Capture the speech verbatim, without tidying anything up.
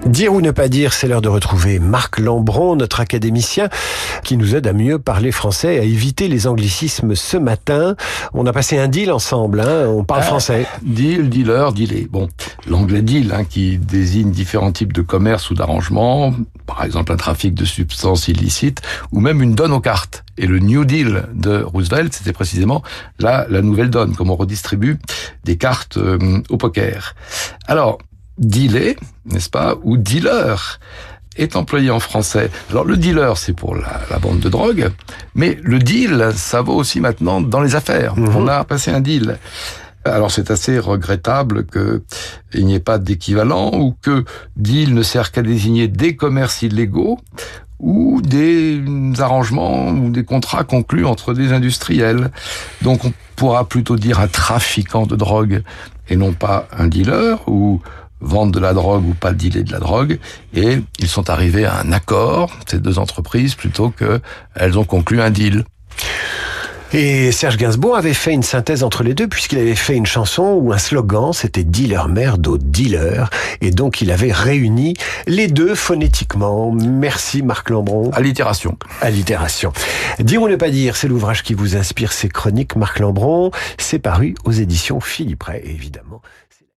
Dire ou ne pas dire, c'est l'heure de retrouver Marc Lambron, notre académicien, qui nous aide à mieux parler français, à éviter les anglicismes ce matin. On a passé un deal ensemble, hein, on parle ah, français. Deal, dealer, dealer. Bon, l'anglais deal, hein, qui désigne différents types de commerce ou d'arrangement, par exemple un trafic de substances illicites, ou même une donne aux cartes. Et le New Deal de Roosevelt, c'était précisément là la nouvelle donne, comme on redistribue des cartes euh, au poker. Alors, dealer, n'est-ce pas, ou dealer, est employé en français. Alors le dealer, c'est pour la, la vente de drogue, mais le deal, ça vaut aussi maintenant dans les affaires. Mmh. On a passé un deal. Alors c'est assez regrettable qu'il n'y ait pas d'équivalent, ou que deal ne sert qu'à désigner des commerces illégaux, ou des arrangements ou des contrats conclus entre des industriels. Donc on pourra plutôt dire un trafiquant de drogue et non pas un dealer, ou vendre de la drogue ou pas dealer de la drogue. Et ils sont arrivés à un accord, ces deux entreprises, plutôt qu'elles ont conclu un deal. Et Serge Gainsbourg avait fait une synthèse entre les deux, puisqu'il avait fait une chanson où un slogan, c'était « Dealer merde au dealer ». Et donc, il avait réuni les deux phonétiquement. Merci Marc Lambron. Allitération. Allitération. Dire ou ne pas dire, c'est l'ouvrage qui vous inspire ces chroniques, Marc Lambron. C'est paru aux éditions Philippe Ray, évidemment.